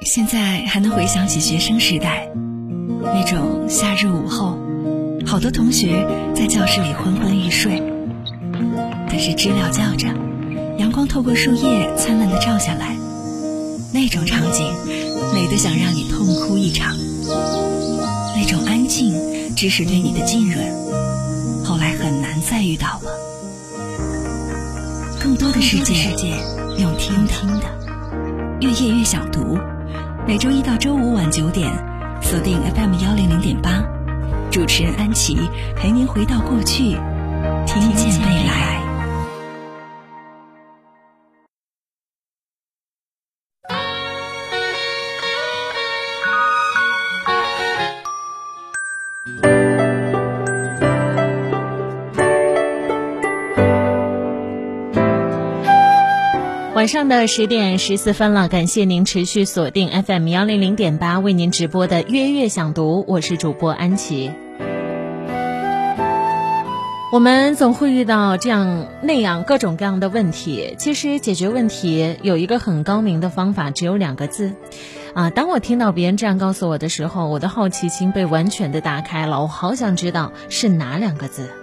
现在还能回想起学生时代，那种夏日午后，好多同学在教室里昏昏欲睡，但是知了叫着，阳光透过树叶灿烂地照下来，那种场景美得想让你痛哭一场。那种安静，知识对你的浸润，后来很难再遇到了。更多的世界用听的，越夜越想读，每周一到周五晚9点，锁定 FM100.8，主持人安琪陪您回到过去，听见未来。 晚上的10点14分了，感谢您持续锁定 FM100.8 为您直播的月月想读，我是主播安琪。我们总会遇到这样那样各种各样的问题，其实解决问题有一个很高明的方法，只有2个字当我听到别人这样告诉我的时候，我的好奇心被完全的打开了，我好想知道是哪2个字。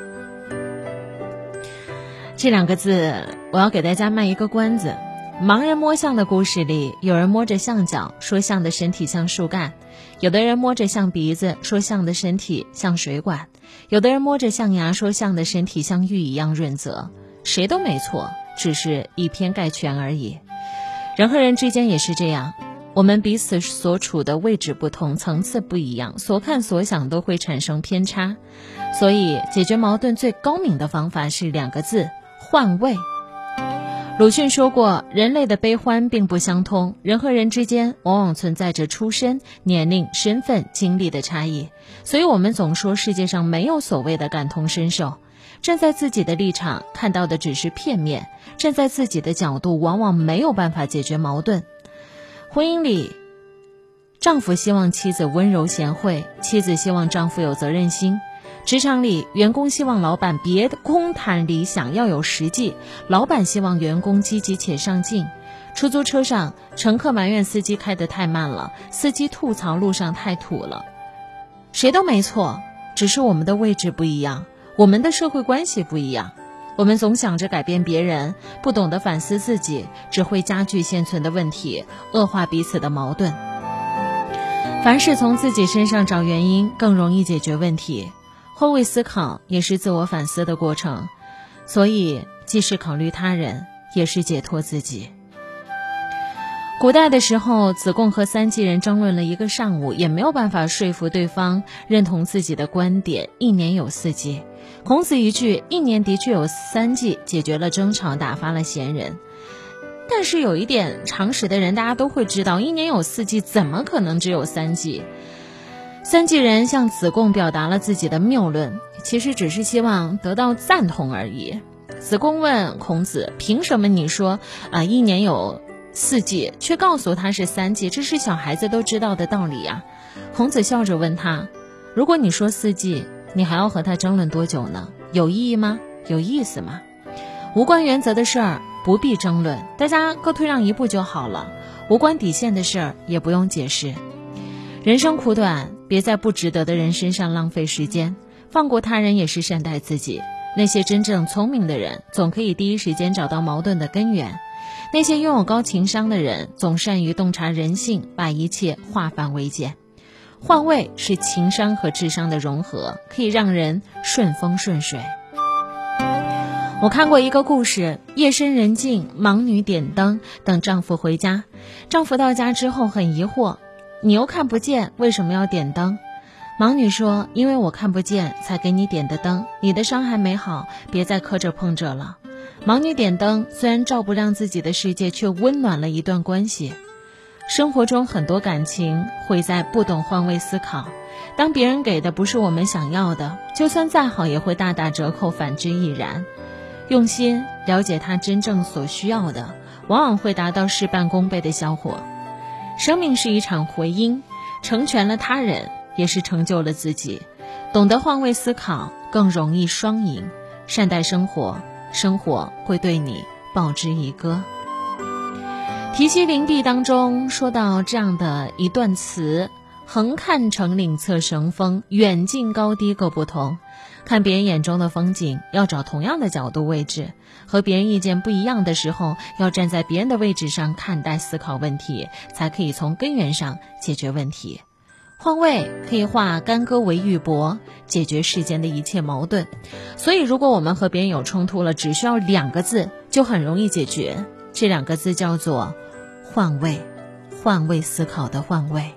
这2个字我要给大家卖一个关子。盲人摸象的故事里，有人摸着象脚，说象的身体像树干；有的人摸着象鼻子，说象的身体像水管；有的人摸着象牙，说象的身体像玉一样润泽。谁都没错，只是以偏概全而已。人和人之间也是这样，我们彼此所处的位置不同，层次不一样，所看所想都会产生偏差。所以解决矛盾最高明的方法是2个字：换位。鲁迅说过，人类的悲欢并不相通，人和人之间往往存在着出身、年龄、身份、经历的差异，所以我们总说世界上没有所谓的感同身受。站在自己的立场看到的只是片面，站在自己的角度往往没有办法解决矛盾。婚姻里，丈夫希望妻子温柔贤惠，妻子希望丈夫有责任心。职场里，员工希望老板别空谈理想，要有实际，老板希望员工积极且上进。出租车上，乘客埋怨司机开得太慢了，司机吐槽路上太土了。谁都没错，只是我们的位置不一样，我们的社会关系不一样。我们总想着改变别人，不懂得反思自己，只会加剧现存的问题，恶化彼此的矛盾。凡是从自己身上找原因，更容易解决问题。换位思考也是自我反思的过程，所以既是考虑他人，也是解脱自己。古代的时候，子贡和3季人争论了1个上午，也没有办法说服对方认同自己的观点。1年有4季，孔子一句1年的确有3季，解决了争吵，打发了闲人。但是有一点常识的人大家都会知道，1年有4季，怎么可能只有3季？3季人向子贡表达了自己的谬论，其实只是希望得到赞同而已。子贡问孔子，凭什么你说1年有4季，却告诉他是3季？这是小孩子都知道的道理呀。孔子笑着问他，如果你说4季，你还要和他争论多久呢？有意义吗？有意思吗？无关原则的事儿不必争论，大家各退让一步就好了。无关底线的事儿也不用解释。人生苦短，别在不值得的人身上浪费时间，放过他人也是善待自己。那些真正聪明的人，总可以第一时间找到矛盾的根源。那些拥有高情商的人，总善于洞察人性，把一切化繁为简。换位是情商和智商的融合，可以让人顺风顺水。我看过一个故事，夜深人静，盲女点灯等丈夫回家。丈夫到家之后很疑惑，你又看不见，为什么要点灯？盲女说，因为我看不见才给你点的灯，你的伤还没好，别再磕着碰着了。盲女点灯虽然照不亮自己的世界，却温暖了一段关系。生活中很多感情会在不懂换位思考，当别人给的不是我们想要的，就算再好也会大打折扣，反之亦然。用心了解他真正所需要的，往往会达到事半功倍的效果。生命是一场回音，成全了他人，也是成就了自己。懂得换位思考，更容易双赢。善待生活，生活会对你报之以歌。 题西林壁当中说到这样的一段词：横看成岭侧成峰，远近高低各不同。看别人眼中的风景，要找同样的角度位置，和别人意见不一样的时候，要站在别人的位置上看待思考问题，才可以从根源上解决问题。换位可以化干戈为玉帛，解决世间的一切矛盾。所以如果我们和别人有冲突了，只需要2个字就很容易解决，这2个字叫做换位。换位思考的换位。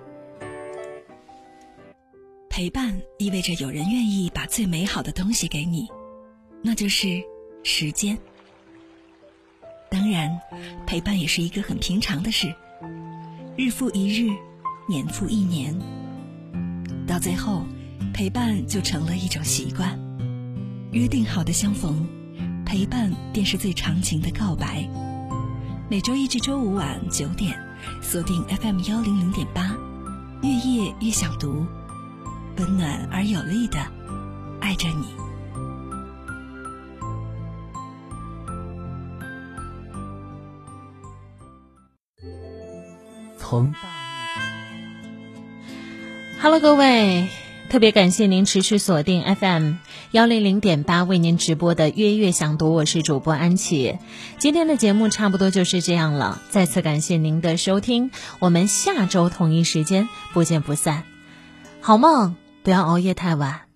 陪伴意味着有人愿意把最美好的东西给你，那就是时间。当然，陪伴也是一个很平常的事，日复一日，年复一年，到最后，陪伴就成了一种习惯。约定好的相逢，陪伴便是最长情的告白。每周1至周5晚9点，锁定 FM100.8，越夜越想读，温暖而有力的爱着你。 从 Hello， 各位，特别感谢您持续锁定 FM100.8 为您直播的月月想读，我是主播安琪。今天的节目差不多就是这样了，再次感谢您的收听，我们下周同一时间不见不散。好梦，不要熬夜太晚。